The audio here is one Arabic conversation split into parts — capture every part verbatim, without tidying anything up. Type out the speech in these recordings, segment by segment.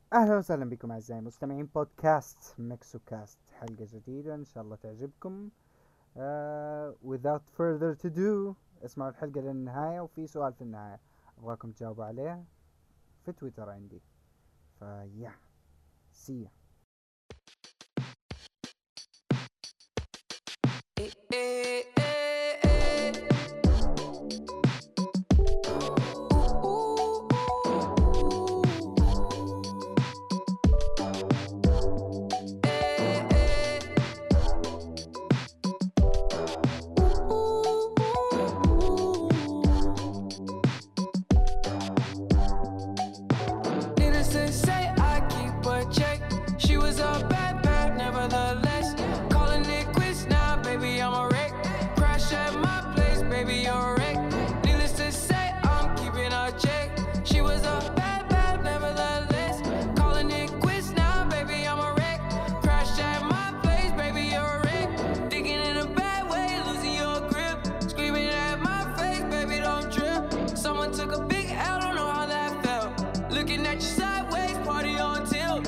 اهلا وسهلا بكم اعزائي مستمعين بودكاست ميكسو كاست، حلقه جديده ان شاء الله تعجبكم. uh, without further to do اسمعوا الحلقه للنهايه، وفي سؤال في النهايه ابغاكم تجاوبوا عليه في تويتر عندي. فيا سي Needless to say, I keep a check. She was a bad, bad, nevertheless. Calling it quits now, baby, I'm a wreck. Crash at my place, baby, you're a wreck. Needless to say, I'm keeping a check. She was a bad, bad, nevertheless. Calling it quits now, baby, I'm a wreck. Crash at my place, baby, you're a wreck. Thinking in a bad way, losing your grip. Screaming at my face, baby, don't trip. Someone took a big L, don't know how that felt. Looking at you sideways, party on tilt.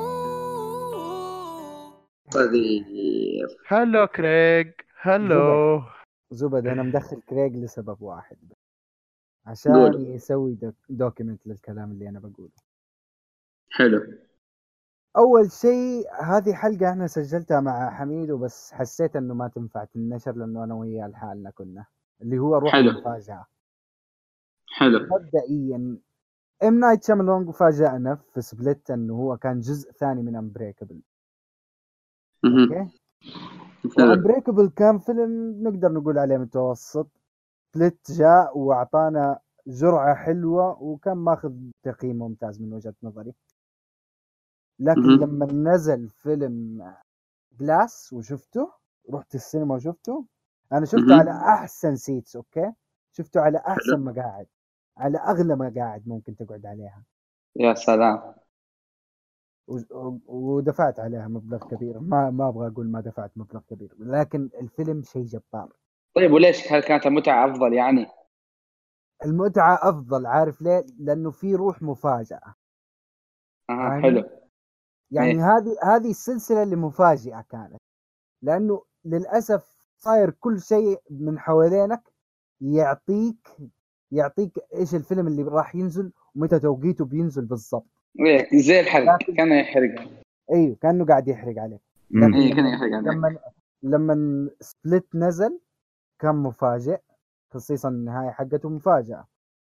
طيب هلو كريج. هلو. زبد. انا مدخل كريج لسبب واحد بس، عشان قول. يسوي دوك دوكيمنت للكلام اللي انا بقوله. حلو. اول شيء، هذه حلقه انا سجلتها مع حميد، وبس حسيت انه ما تنفع تنشر لانه انا وياه لحالنا كنا، اللي هو روح حلو. المفاجاه. حلو. مبدئيا ام نايت شامالونج فاجأنا في سبليت انه هو كان جزء ثاني من امبريكابل. مهم. اوكي، حلو. وامبريكابل كان فيلم نقدر نقول عليه متوسط. سبليت جاء واعطانا جرعه حلوه، وكان ماخذ تقييم ممتاز من وجهه نظري. لكن مهم. لما نزل فيلم جلاس وشفته، رحت السينما وشفته، انا شفته مهم. على احسن سيتس. اوكي، شفته على احسن حلو. مقاعد، على اغلى مقاعد ممكن تقعد عليها، يا سلام. و- ودفعت عليها مبلغ كبير. ما ما ابغى اقول ما دفعت مبلغ كبير، لكن الفيلم شيء جبار. طيب وليش هل كانت المتعة أفضل يعني؟ المتعة افضل، عارف ليه؟ لانه في روح مفاجأة. أها. فاهمني؟ حلو. يعني إيه. هذه هذه السلسلة اللي مفاجئة كانت، لانه للاسف صاير كل شيء من حوالينك يعطيك يعطيك ايش الفيلم اللي راح ينزل ومتى توقيته بينزل بالضبط. إيه زي الحرق، لكن كان يحرق. ايوه، كانه قاعد يحرق عليك. لكن إيه كان لما يحرق عليك. لما لما سبليت نزل كان مفاجئ، خصيصا النهايه حقته مفاجاه.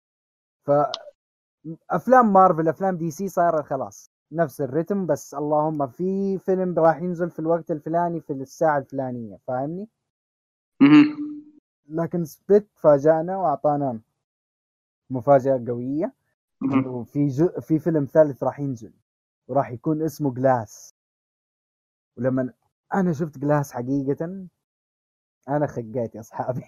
فافلام مارفل افلام دي سي صايره خلاص نفس الريتم، بس اللهم في فيلم راح ينزل في الوقت الفلاني في الساعه الفلانيه. فاهمني؟ مهم. لكن سبليت فاجأنا واعطانا مفاجاه قويه، مهم. انه في جو في فيلم ثالث راح ينزل وراح يكون اسمه جلاس. ولما انا شفت جلاس حقيقه انا خقيت يا اصحابي.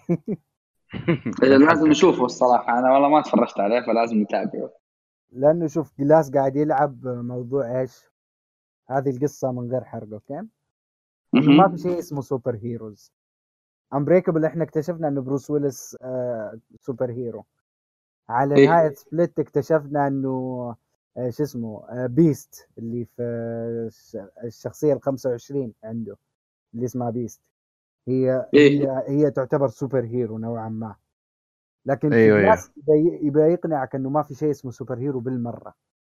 إيه لازم نشوفه الصراحة، أنا والله ما تفرجت عليه فلازم نتابعه. لانه شوف، جلاس قاعد يلعب موضوع ايش، هذه القصه من غير حرق. اوكي، انه ما في مهم. شيء اسمه سوبر هيروز. امبريكابل احنا اكتشفنا انه بروس ويلس آه سوبر هيرو. على نهايه إيه. سبليت اكتشفنا انه آه شو اسمه آه بيست، اللي في الش- الشخصيه ال خمسة وعشرين عنده، اللي اسمها بيست، هي إيه. هي هي تعتبر سوبر هيرو نوعا ما. لكن في ايوه ايوه جلاس يبي يبي يقنعك انه ما في شيء اسمه سوبر هيرو بالمره.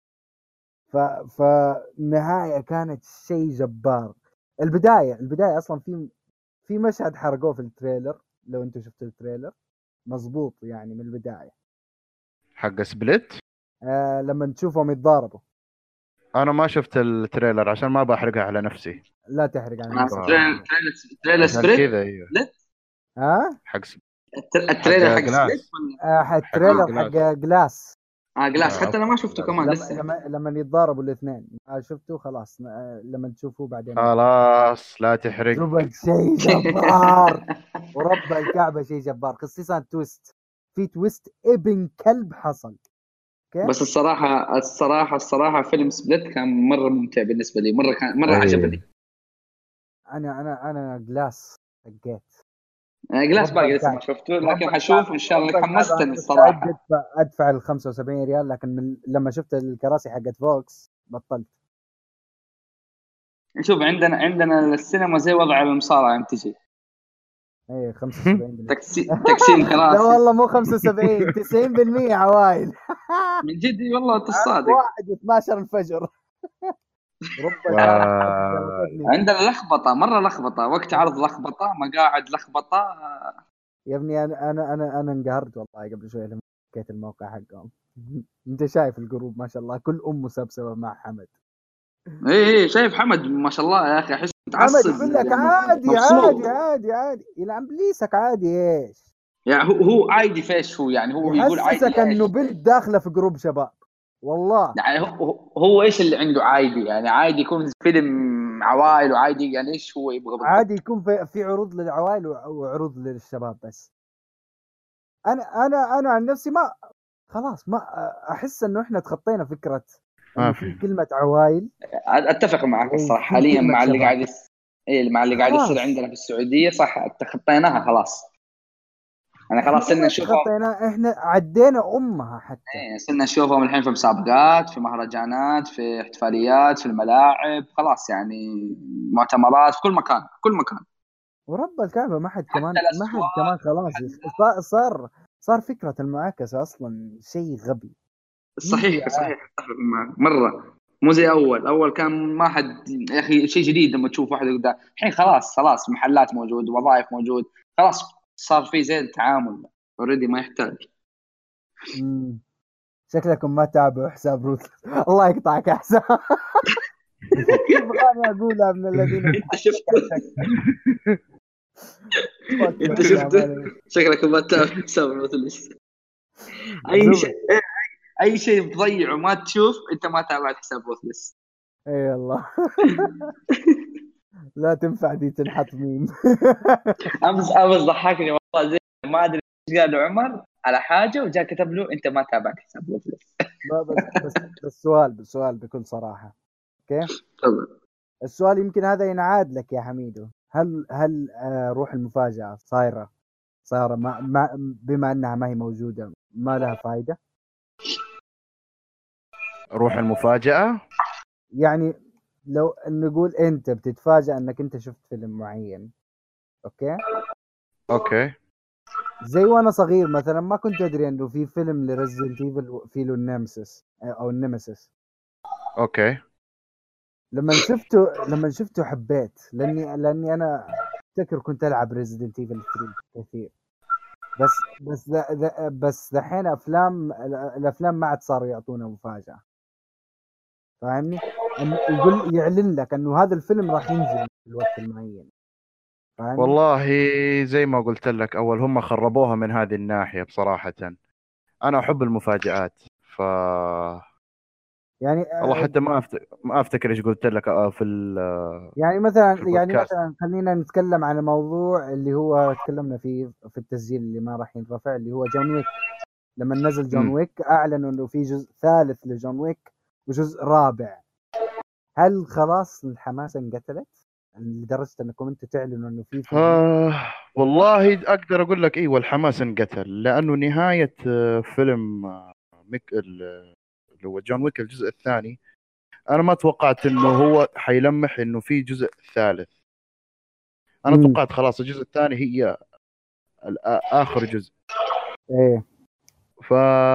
ف فالنهايه كانت شيء جبار. البدايه البدايه اصلا في في مشهد حرقوه في التريلر، لو انتم شفتوا التريلر مظبوط يعني من البدايه. حق سبليت. آه لما تشوفهم يتضاربوا. انا ما شفت التريلر عشان ما بحرقها على نفسي. لا تحرق على آه، نفسك يا تريلر محمد. تريلر تريلر عشان سبريت. كذا ايوه. لا ها حق س... التر- حق التريلر حق سبريت جلاس. ولا؟ آه حق التريلر حق جلاس. جلاس. آه جلاس، آه حتى أنا ما اوكي شفته جلاس. كمان لما لسه. لما لما يتضاربوا الاثنين آه شفتوا خلاص. آه لما تشوفوه بعدين احرق. خلاص لا تحرق. زبد شيء جبار، ورب الكعبه شيء جبار، خصيصا تويست. في تويست ابن كلب حصل. اوكي، بس الصراحة الصراحة الصراحة فيلم سبليت كان مرة ممتع بالنسبة لي، مرة كان مرة عجبني. ايه انا انا انا جلاس حقيت. آه، جلاس رب باقي لسه ما الكعبه، شفته رب لكن حشوف الكعبه، إن شاء الله، رب إنك الكعبه حمستني انا مستعد الصراحة. ادفع ادفع ال خمسة وسبعين ريال. لكن من لما شفت الكراسي حقت فوكس بطلت. شوف عندنا عندنا السينما زي وضع المصارعة ام تي جي، ايه خمسة وسبعين بالمية. تقسيم تقسيم لا كراسي. والله مو خمسة وسبعين، تسعين بالمية عوائل. من جد والله انت الصادق. واحد واثناشر الفجر. رب و... الكعبة جلطت لي. عندنا لخبطة مرة، لخبطة وقت عرض، لخبطة مقاعد، لخبطة. يا ابني انا انا انا انا انقهرت والله قبل شوي لما حكيت الموقع حقهم. انت شايف الجروب ما شاء الله كل ام مسبسبه مع حمد. ايه ايه شايف حمد ما شاء الله يا اخي، احس حمد متعصب يقول لك يعني، عادي مبسوط. عادي عادي عادي يلعن بليسك عادي ايش؟ يعني هو هو عادي فيش، هو يعني هو يقول عادي يحسسك ايش؟ انه بنت داخله في جروب شباب والله. يعني هو هو ايش اللي عنده عادي؟ يعني عادي يكون فيلم عوائل وعادي، يعني ايش هو يبغى بالضبط؟ عادي يكون في في عروض للعوائل وعروض للشباب بس. انا انا انا عن نفسي ما خلاص ما احس انه احنا تخطينا فكره ما انه في. في كلمه عوائل اتفق معك الصراحه وفي حاليا كلمه مع اللي شباب. قاعد يس... إيه مع اللي قاعد يصير خلاص عندنا في السعوديه، صح تخطيناها خلاص. انا احنا خلاص صرنا ما نشوفهم. تخطينا، احنا عدينا امها حتى. إيه صرنا نشوفهم الحين في مسابقات، في مهرجانات، في احتفاليات، في الملاعب، خلاص يعني مؤتمرات، في كل مكان، في كل مكان. ورب الكعبه ما حد حتى كمان ما حد الاسواق كمان خلاص والمحلات. صار صار صار فكره المعاكسه اصلا شيء غبي. يجي صحيح صحيح اتفق معك مره. مو زي اول، اول كان ما حد يا اخي شيء جديد لما تشوف واحد قدام. الحين خلاص خلاص محلات موجود، وظائف موجود، خلاص صار في زي التعامل اوريدي، ما يحتاج. مم. شكلكم ما تابعوا حساب روث. الله يقطعك يا حساب. كيف غاني اقولها من الذين انت شفت انت شفت شكلك ما تتابع حساب مثلث. اي شيء اي شيء تضيعه ما تشوف، انت ما تابعت حساب مثلث. اي والله. لا تنفع دي تنحط ميم. امس امس ضحكني والله، زي ما ادري ايش قال عمر على حاجه وجاء كتب له انت ما تابعت حساب مثلث. لا بس بس بس سؤال بسؤال بكل صراحه. اوكي تفضل. السؤال يمكن هذا ينعاد لك يا حميدو. هل هل آه روح المفاجاه صايره صايره ما ما بما انها ما هي موجوده ما لها فائده؟ روح المفاجأة يعني لو نقول انت بتتفاجأ انك انت شفت فيلم معين، اوكي اوكي زي وانا صغير مثلا ما كنت ادري انه في فيلم لريزيدنت ايفل في له النمسيس او النمسيس. اوكي لما شفته لما شفته حبيت، لاني لاني انا افتكر كنت العب ريزيدنت ايفل ثلاثة كثير. بس بس ذا ذا بس دحين افلام الافلام ما عاد صاروا يعطونا مفاجأة، فاهمني؟ انه يقول يعلن لك انه هذا الفيلم راح ينزل في الوقت المعين، فاهمني؟ والله زي ما قلت لك اول هم خربوها من هذه الناحية بصراحة. انا احب المفاجآت ف يعني والله حتى ما افتكر ما افتكر ايش قلت لك آه، في ال... يعني مثلا في يعني البودكاست. مثلا خلينا نتكلم عن الموضوع اللي هو تكلمنا فيه في التسجيل اللي ما راح ينرفع، اللي هو جون ويك. لما نزل جون مم. ويك اعلنوا انه في جزء ثالث لجون ويك وجزء رابع. هل خلاص الحماسه انقتلت لدرجه انكم انتم تعلنوا انه في فيلم؟ آه والله اقدر اقول لك ايوه الحماس انقتل، لانه نهاية آه، فيلم آه، ميك ال- اللي هو جون ويك الجزء الثاني، انا ما توقعت انه هو حيلمح انه في جزء ثالث. انا امم توقعت خلاص الجزء الثاني هي ال- آ- اخر جزء. ايه ف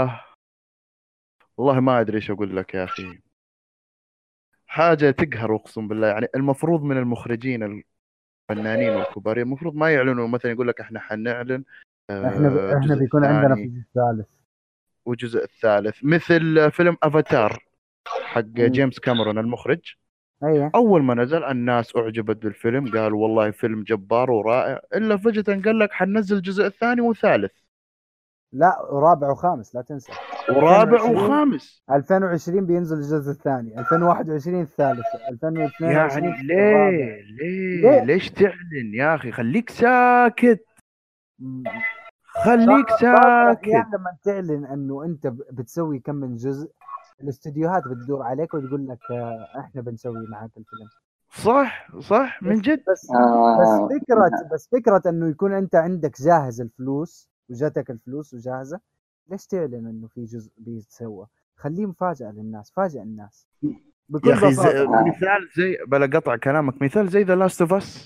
والله ما ادري ايش اقول لك يا اخي، حاجة تقهر اقسم بالله. يعني المفروض من المخرجين الفنانين والكبار المفروض ما يعلنوا، مثلا يقول لك احنا حنعلن احنا ب... آه، احنا الجزء بيكون عندنا في الثاني الجزء الثالث. والجزء الثالث، مثل فيلم افاتار حق مم. جيمس كاميرون المخرج. ايه اول ما نزل الناس اعجبت بالفيلم، قالوا والله فيلم جبار ورائع، الا فجأة قال لك حننزل الجزء الثاني وثالث لا ورابع وخامس لا تنسى. ورابع ألفين وعشرين وخامس. ألفين وعشرين بينزل الجزء الثاني، ألفين وواحد وعشرين الثالث، ألفين واثنين وعشرين يعني الرابع. ليه ليه ليه؟ ليش تعلن يا اخي؟ خليك ساكت، مم. خليك بعض بعض ساكت. الأحيان لما تعلن أنه أنت ب- بتسوي كم من جزء، الاستديوهات بتدور عليك وتقول لك آه، إحنا بنسوي معاك الفيلم. صح صح من بس جد. بس بس آه فكرة بس فكرة أنه يكون أنت عندك جاهز الفلوس وجاتك الفلوس وجاهزة، ليش تعلن أنه في جزء بيتسوى؟ خليه مفاجأة للناس، فاجأ الناس. بكل يا اخي زي... بساطه. مثال زي بلا قطع كلامك، مثال زي ذا لاست اوف اس،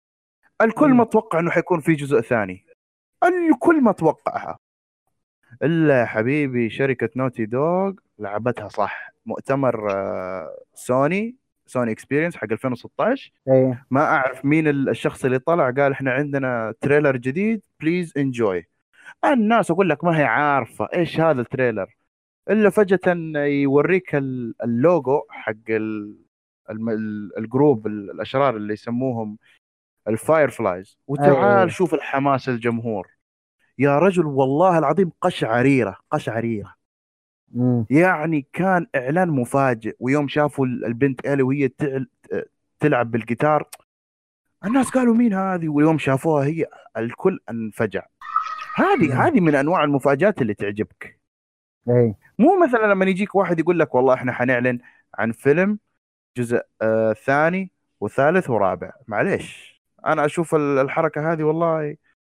الكل مم. متوقع انه حيكون في جزء ثاني، الكل متوقعها، الا يا حبيبي شركة نوتي دوغ لعبتها صح. مؤتمر آه، سوني سوني اكسبيرينس حق ألفين وستة عشر، ايه. ما اعرف مين ال- الشخص اللي طلع قال احنا عندنا تريلر جديد بليز انجوي. الناس اقول لك ما هي عارفة ايش هذا التريلر، الا فجأة يوريك ال- اللوجو حق ال- الم- ال- الجروب ال- الاشرار اللي يسموهم الفاير فلايز، وتعال ايه. شوف الحماس الجمهور. يا رجل والله العظيم قشعريرة قشعريرة. مم. يعني كان اعلان مفاجئ، ويوم شافوا ال- البنت الي وهي تع- تلعب بالجيتار، الناس قالوا مين هذه، ويوم شافوها هي الكل انفجع. هذه مم. هذه من انواع المفاجآت اللي تعجبك. ايه. مو مثلا لما يجيك واحد يقول لك والله احنا حنعلن عن فيلم جزء آه ثاني وثالث ورابع، معليش انا اشوف ال- الحركة هذه والله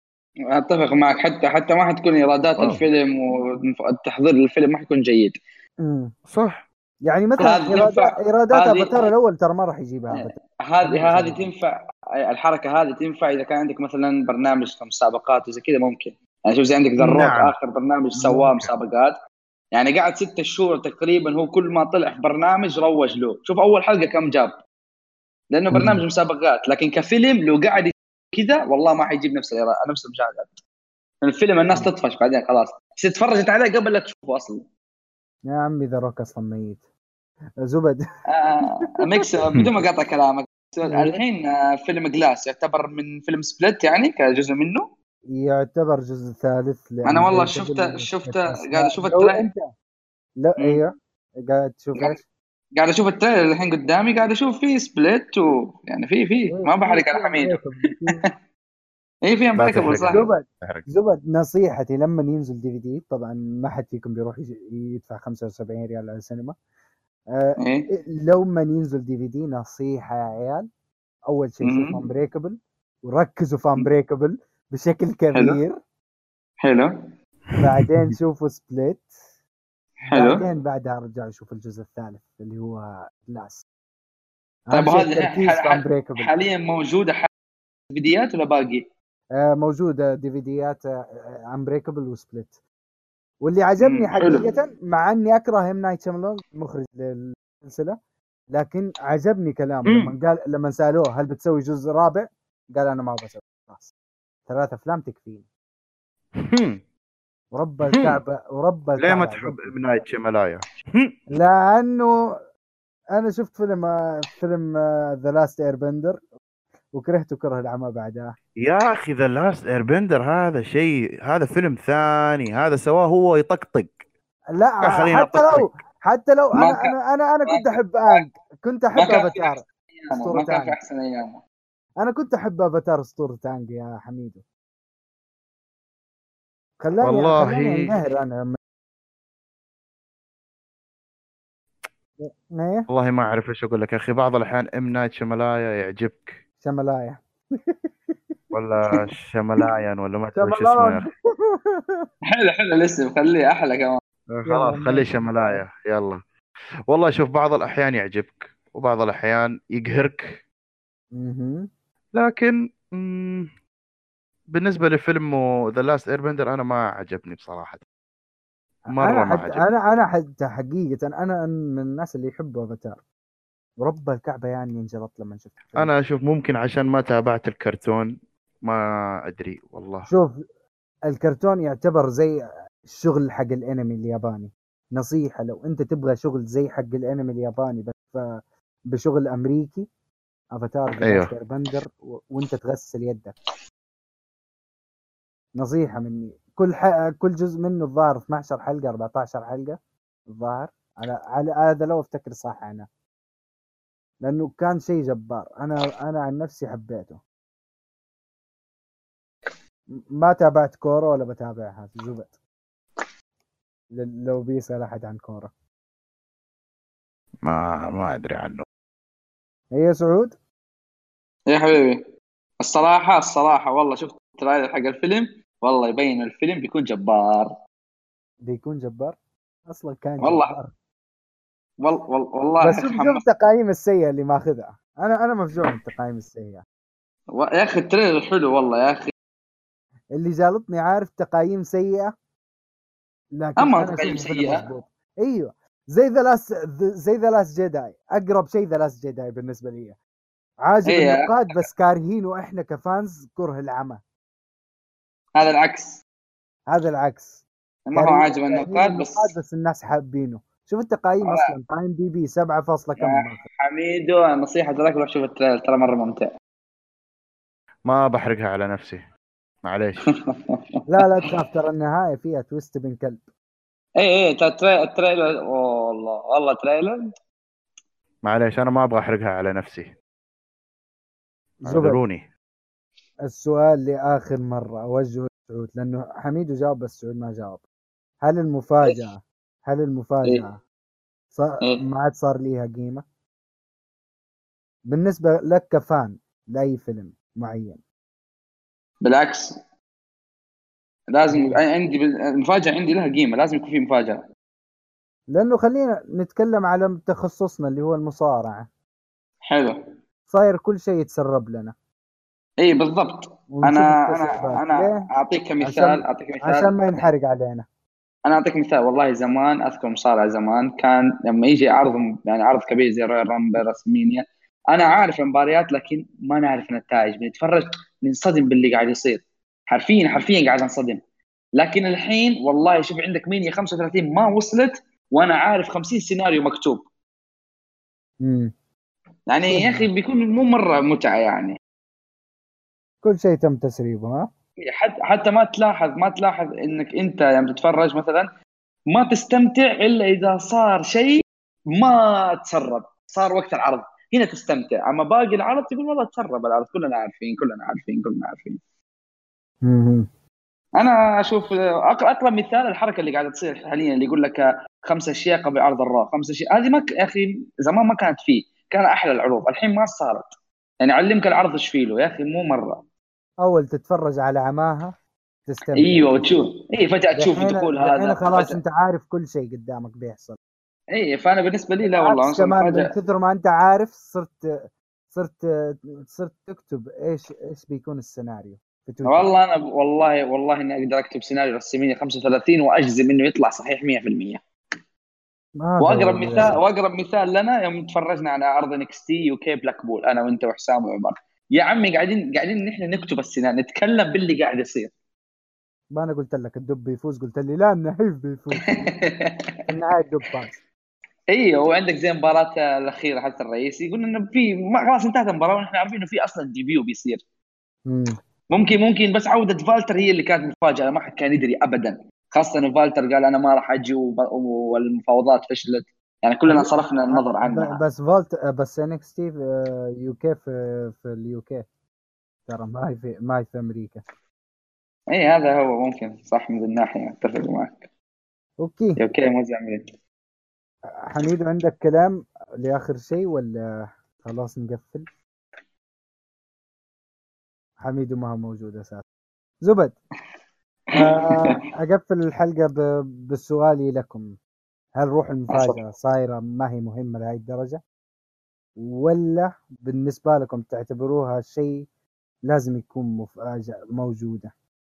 اتفق معك، حتى حتى ما حتكون ايرادات واو. الفيلم والتحضير للفيلم ما حيكون جيد. مم. صح يعني مثلا هذه ايرادات تنفع، ايرادات افاتار هذه الاول ترى ما راح يجيبها افاتار. خلينا هذه هذه صراحه. تنفع، الحركه هذه تنفع اذا كان عندك مثلا برنامج مسابقات وزي كذا ممكن. يعني شوف زي عندك ذا روك نعم اخر برنامج سواه ممكن. مسابقات، يعني قعد ستة شهور تقريبا هو كل ما طلع في برنامج روج له. شوف اول حلقه كم جاب، لانه برنامج مم. مسابقات. لكن كفيلم لو قعد كذا والله ما حيجيب نفس الإيرا- نفس المشاهدات. الفيلم الناس تطفش بعدين خلاص، تتفرجت عليه قبل لا تشوفه اصلا. يا عمي ذا روك اصلا ميت. زبد. آه ميكس بدون ما اقاطع كلامك. الحين آه فيلم جلاس يعتبر من فيلم سبليت يعني كجزء منه. يعتبر جزء ثالث انا والله لأنبريكابل شفته وسبليت، شفته بس قاعد لا اشوف لو التريلر. انت. لا ايوه. قاعد تشوف قاعد ايش؟ قاعد اشوف التريلر الحين قدامي، قاعد اشوف فيه سبليت ويعني فيه فيه ايه ما في بحرق على في حميده. امبريكابل في. اي فيه لا امبريكابل تحرق صح. عليه، زبد. تحرق. زبد نصيحتي لما ينزل دي في دي، طبعا ما حد فيكم بيروح يج- يدفع خمسة وسبعين ريال على السينما. آه اي لو ما ينزل دي في دي، نصيحة يا عيال، اول شيء شوفوا أمم. امبريكابل وركزوا في امبريكابل بشكل حلو كبير. حلو بعدين شوفوا سبليت. حلو. بعدين بعدها رجعوا شوفوا الجزء الثالث اللي هو لاس. اهم طيب شيء وهذه التركيز ح- في ح- امبريكابل. حاليا موجوده ح- فيديوهات ولا باقي؟ آه موجوده ديفيديات امبريكابل وسبليت. واللي عجبني أمم، حلو. حقيقه، مع اني اكره ام نايت شاملون مخرج للسلسله، لكن عجبني كلامه أمم. لما قال، لما سالوه هل بتسوي جزء رابع، قال انا ما بسوي، خلاص ثلاث افلام تكفيني. ورب الكعبه ورب ليه ما الكعبه تحب عجبني. ام نايت شمالايا؟ لانه انا شفت فيلم فيلم ذا لاست اير بندر وكرهته كره العمى بعدها. يا اخي ذا لاست ايربندر هذا شيء، هذا فيلم ثاني، هذا سواه هو يطقطق. يا لا خلينا حتى اطقطق. لو حتى لو ما انا كان انا انا انا ما كنت كان احب انج، كنت ما احب كان في افاتار احسن ايامه، اسطورة ما كان في انج. احسن ايامه. انا كنت احب افاتار اسطورة انج يا حميدو. خلاني والله خلاني انقهر انا لما- ايه. والله ما اعرف ايش اقول لك يا اخي. بعض الاحيان ام نايت شمالايا يعجبك، شملايا. ولا شملايان، ولا ما ادري ايش اسمه يا شملان. اخي. حلو حلو الاسم، خليه احلى كمان. يلا خلاص خليه ماشي شملايا. شملايا يلا. والله شوف، بعض الاحيان يعجبك وبعض الاحيان يقهرك، اها. لكن مم، بالنسبه لفيلم ذا لاست ايربندر انا ما عجبني بصراحه، انا مره ما حتى عجبني. انا انا حتى حقيقة انا من الناس اللي يحبوا افاتار. ورب الكعبة يعني انجلطت لما شفت الفيلم. انا اشوف ممكن عشان ما تابعت الكرتون، ما ادري والله. شوف، الكرتون يعتبر زي الشغل حق الانمي الياباني. نصيحة، لو انت تبغى شغل زي حق الانمي الياباني بس ف- بشغل امريكي، افاتار ذا لاست ايوه ايربندر و... وانت تغسل يدك. نصيحة مني، كل ح... كل جزء منه الظاهر اثنا عشر حلقة أربعة عشر حلقة الظاهر، على على هذا لو افتكر صح انا، لانه كان شيء جبار. انا انا عن نفسي حبيته. م- ما تابعت كورة ولا بتابعها زبد، ل- لو بيسأل احد عن كورة. ما ما ادري عنه. هي سعود. يا حبيبي الصراحه الصراحه والله شفت التريلر حق الفيلم، والله يبين الفيلم بيكون جبار. بيكون جبار. اصلا كان والله جبار. وال... وال... والله بس شوف شوف حمس. التقايم السيئة اللي ماخذها. انا انا مفجوع من التقايم السيئة. و... يا اخي التريلر حلو والله يا اخي. اللي جالطني عارف تقايم سيئة، لكن اما انا تقييم اشوفه فيلم سيئه. مضبوط. ايوه زي ذا لاست زي ذا لاست جيداي، اقرب شيء ذا لاست جيداي بالنسبة لي. عاجب هي النقاد بس كارهينه احنا كفانز كره العمى. هذا العكس، هذا العكس، ما هو كارهين عاجب كارهين النقاد النقاد بس. بس الناس حابينه. شوف التقييم اصلا تايم دي بي سبعة فاصلة كم يا ماخذ. حميدو نصيحه لك، روح شوف التريلر ترى مره ممتع. ما بحرقها على نفسي معليش. لا لا تخاف، ترى النهاية فيها تويست بن كلب. اي اي ترى التري- التريلر والله والله تريلر. معليش انا ما ابغى احرقها على نفسي، زبد، اعذروني. السؤال لآخر مرة أوجهه لسعود لأنه حميد جاوب بس سعود ما جاوب. هل المفاجأة هل المفاجأة صار إيه. ما عاد صار ليها قيمة بالنسبة لك كفان لأي فيلم معين؟ بالعكس لازم عندي المفاجاه، عندي لها قيمه، لازم يكون في مفاجاه. لأنه خلينا نتكلم على تخصصنا اللي هو المصارعة، حلو. صاير كل شيء يتسرب لنا اي بالضبط. ونشوف انا التسريبات. انا انا ليه؟ اعطيك عشان مثال اعطيك مثال عشان ما ينحرق علينا. انا اعطيك مثال والله. زمان اذكر مصارعه زمان كان لما يجي عرض، يعني عرض كبير زي رويال رامبل رسمينيا، انا عارف المباريات لكن ما نعرف النتائج، بنتفرج ننصدم باللي قاعد يصير، حرفيا حرفيا قاعد انصدم. لكن الحين والله شوف عندك مينيا خمسة وثلاثين ما وصلت وانا عارف خمسين سيناريو مكتوب. امم يعني يا اخي بيكون مو مره متعه يعني. كل شيء تم تسريبه. ها حتى حتى ما تلاحظ ما تلاحظ انك انت لما تتفرج مثلا ما تستمتع الا اذا صار شيء ما تسرب، صار وقت العرض هنا تستمتع. اما باقي العرض تقول والله تسرب العرض، كلنا عارفين كلنا عارفين كلنا عارفين. امم انا اشوف أق- اقرب مثال الحركه اللي قاعده تصير حاليا، اللي يقول لك خمس اشياء قبل عرض الراء، خمس اشياء. هذه ما ك... يا اخي زمان ما كانت فيه، كان احلى العروض، الحين ما صارت. يعني علمك العرض ايش فيه له يا اخي، مو مره. أول تتفرج على عماها تستمتع، ايوه وتشوف، اي فجاه تشوف دحين دخول دحين هذا خلاص فجاه. أنت عارف كل شيء قدامك بيحصل. اي فانا بالنسبه لي لا والله بالعكس عنصر كمان من المفاجاه. كثر ما أنت عارف صرت صرت صرت تكتب إيش إيش بيكون السيناريو في تويتر. والله انا والله والله اني اقدر اكتب سيناريو رسمينيا خمسة وثلاثين واجزم انه يطلع صحيح مية بالمية. هذا واقرب هو مثال واقرب مثال لنا يوم تفرجنا على عرض انكس تي يو كي بلاك بول، انا وانت وحسام وعمر، يا عمي قاعدين قاعدين نحن نكتب السيناريو، نتكلم باللي قاعد يصير. ما أنا قلت لك الدب بيفوز، قلت لي لا النحيف بيفوز. في النهاية الدب فاز. ايوه وعندك زي المباراه الاخيره حتى الرئيسي قلنا انه في ما خلاص انتهت المباراه ونحن عارفين انه في اصلا ديبيو بيصير. امم ممكن ممكن بس عوده فالتر هي اللي كانت مفاجاه، ما حد كان يدري ابدا، خاصه انه فالتر قال انا ما راح اجي وب- والمفاوضات فشلت، يعني كلنا صرفنا النظر عنها. بس فولت بس انكس تي يو كي في في اليو كي، ترى ما هي في ما هي في امريكا. اي هذا هو ممكن صح من الناحيه، اتفق معك. اوكي اوكي مو زعلان. حميد، عندك كلام لاخر شيء ولا خلاص نقفل؟ حميد ما هو موجود اساسا. زبد. آه، اقفل الحلقه ب- بالسؤال لكم. هل روح المفاجاه صايره ما هي مهمه لهي الدرجه، ولا بالنسبه لكم تعتبروها شيء لازم يكون مفاجاه موجوده؟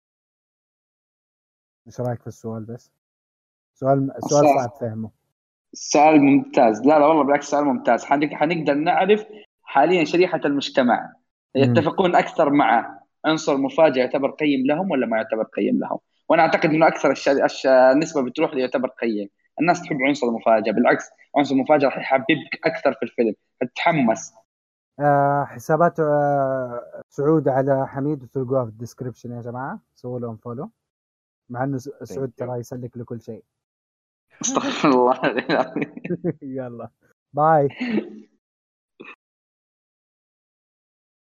ايش رايك في السؤال؟ بس سؤال سؤال صعب فهمه. السؤال ممتاز، لا لا والله بالعكس سؤال ممتاز. حنق- حنقدر نعرف حاليا شريحة المجتمع مم. يتفقون أكثر مع عنصر مفاجأة يعتبر قيم لهم ولا ما يعتبر قيم لهم. وأنا أعتقد أنه أكثر الش... الش... النسبة بتروح اللي يعتبر قيم. الناس تحب عنصر المفاجأة، بالعكس عنصر المفاجأة راح يحببك أكثر في الفيلم، تتحمس. آه حسابات آه سعود على حميد وتلقوها في الديسكربشن يا جماعة، سووا لهم فولو، مع انه س- سعود ترى يسلك لكل شيء. استغفر الله. يلا باي.